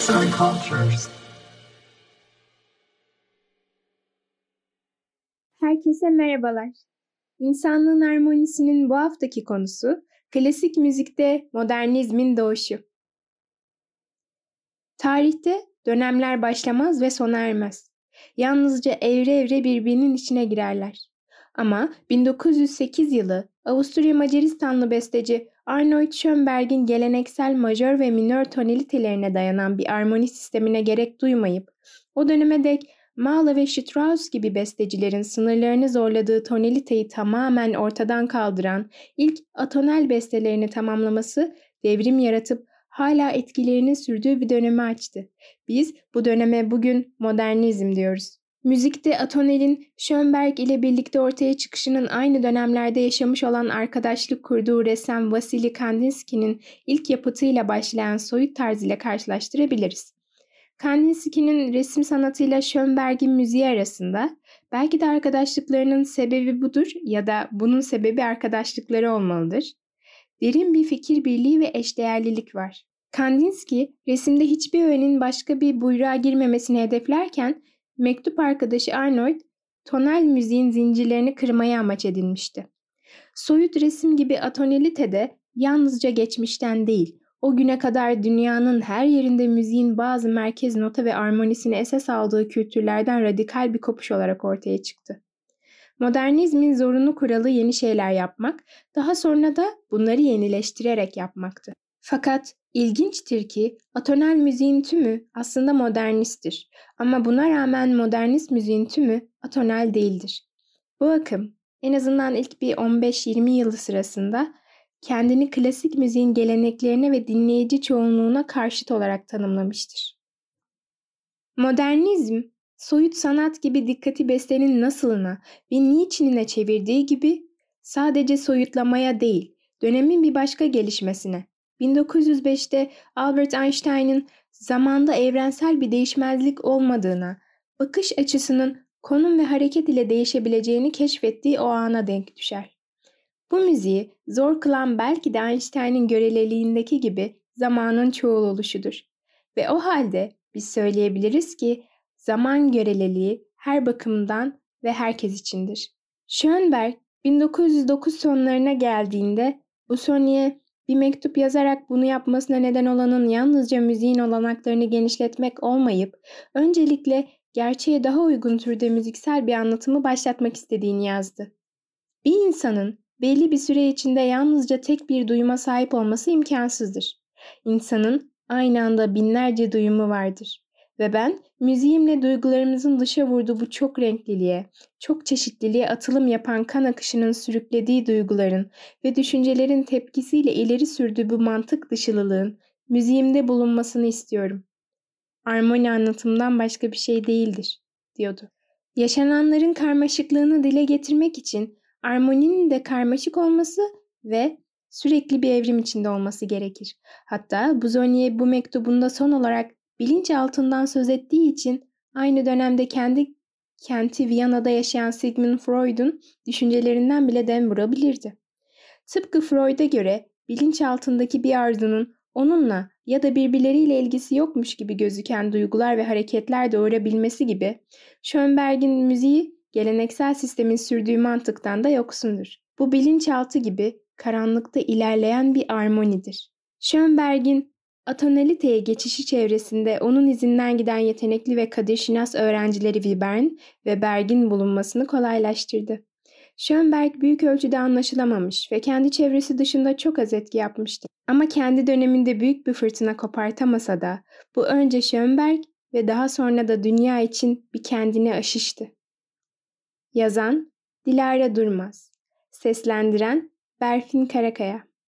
Arts and Cultures. Herkese merhabalar. İnsanlığın Harmonisi'nin bu haftaki konusu klasik müzikte modernizmin doğuşu. Tarihte dönemler başlamaz ve sona ermez. Yalnızca evre evre birbirinin içine girerler. Ama 1908 yılı Avusturya Macaristanlı besteci Arnold Schönberg'in geleneksel majör ve minör tonalitelerine dayanan bir armoni sistemine gerek duymayıp o döneme dek Mahler ve Strauss gibi bestecilerin sınırlarını zorladığı tonaliteyi tamamen ortadan kaldıran ilk atonal bestelerini tamamlaması devrim yaratıp hala etkilerinin sürdüğü bir dönemi açtı. Biz bu döneme bugün modernizm diyoruz. Müzikte atonelin Schönberg ile birlikte ortaya çıkışının aynı dönemlerde yaşamış olan arkadaşlık kurduğu ressam Vasily Kandinsky'nin ilk yapıtıyla başlayan soyut tarz ile karşılaştırabiliriz. Kandinsky'nin resim sanatıyla Schönberg'in müziği arasında belki de arkadaşlıklarının sebebi budur ya da bunun sebebi arkadaşlıkları olmalıdır. Derin bir fikir birliği ve eşdeğerlilik var. Kandinsky, resimde hiçbir öğenin başka bir buyruğa girmemesini hedeflerken, mektup arkadaşı Arnold, tonal müziğin zincirlerini kırmayı amaç edinmişti. Soyut resim gibi atonalite de yalnızca geçmişten değil, o güne kadar dünyanın her yerinde müziğin bazı merkez nota ve armonisini esas aldığı kültürlerden radikal bir kopuş olarak ortaya çıktı. Modernizmin zorunlu kuralı yeni şeyler yapmak, daha sonra da bunları yenileştirerek yapmaktı. Fakat ilginçtir ki atonal müziğin tümü aslında modernisttir. Ama buna rağmen modernist müziğin tümü atonal değildir. Bu akım en azından ilk bir 15-20 yılı sırasında kendini klasik müziğin geleneklerine ve dinleyici çoğunluğuna karşıt olarak tanımlamıştır. Modernizm, soyut sanat gibi dikkati bestenin nasılına ve niçinine çevirdiği gibi sadece soyutlamaya değil, dönemin bir başka gelişmesine, 1905'te Albert Einstein'ın zamanda evrensel bir değişmezlik olmadığına, bakış açısının konum ve hareket ile değişebileceğini keşfettiği o ana denk düşer. Bu müziği zor kılan belki de Einstein'ın göreliliğindeki gibi zamanın çoğul oluşudur. Ve o halde biz söyleyebiliriz ki zaman göreliliği her bakımdan ve herkes içindir. Schönberg 1909 sonlarına geldiğinde Busoni'ye bir mektup yazarak bunu yapmasına neden olanın yalnızca müziğin olanaklarını genişletmek olmayıp öncelikle gerçeğe daha uygun türde müziksel bir anlatımı başlatmak istediğini yazdı. Bir insanın belli bir süre içinde yalnızca tek bir duyuma sahip olması imkansızdır. İnsanın aynı anda binlerce duyumu vardır. Ve ben müziğimle duygularımızın dışa vurduğu bu çok renkliliğe, çok çeşitliliğe atılım yapan kan akışının sürüklediği duyguların ve düşüncelerin tepkisiyle ileri sürdüğü bu mantık dışılılığın müziğimde bulunmasını istiyorum. Armoni anlatımdan başka bir şey değildir, diyordu. Yaşananların karmaşıklığını dile getirmek için armoninin de karmaşık olması ve sürekli bir evrim içinde olması gerekir. Hatta Busoni'ye bu mektubunda son olarak bilinçaltından söz ettiği için aynı dönemde kendi kenti Viyana'da yaşayan Sigmund Freud'un düşüncelerinden bile dem vurabilirdi. Tıpkı Freud'a göre bilinçaltındaki bir arzunun onunla ya da birbirleriyle ilgisi yokmuş gibi gözüken duygular ve hareketler doğurabilmesi gibi Schönberg'in müziği geleneksel sistemin sürdüğü mantıktan da yoksundur. Bu bilinçaltı gibi karanlıkta ilerleyen bir armonidir. Schönberg'in atonaliteye geçişi çevresinde onun izinden giden yetenekli ve kadirşinas öğrencileri Webern ve Berg'in bulunmasını kolaylaştırdı. Schönberg büyük ölçüde anlaşılamamış ve kendi çevresi dışında çok az etki yapmıştı. Ama kendi döneminde büyük bir fırtına kopartamasa da bu önce Schönberg ve daha sonra da dünya için bir kendini aşıştı. Yazan Dilara Durmaz, seslendiren Berfin Karakaya.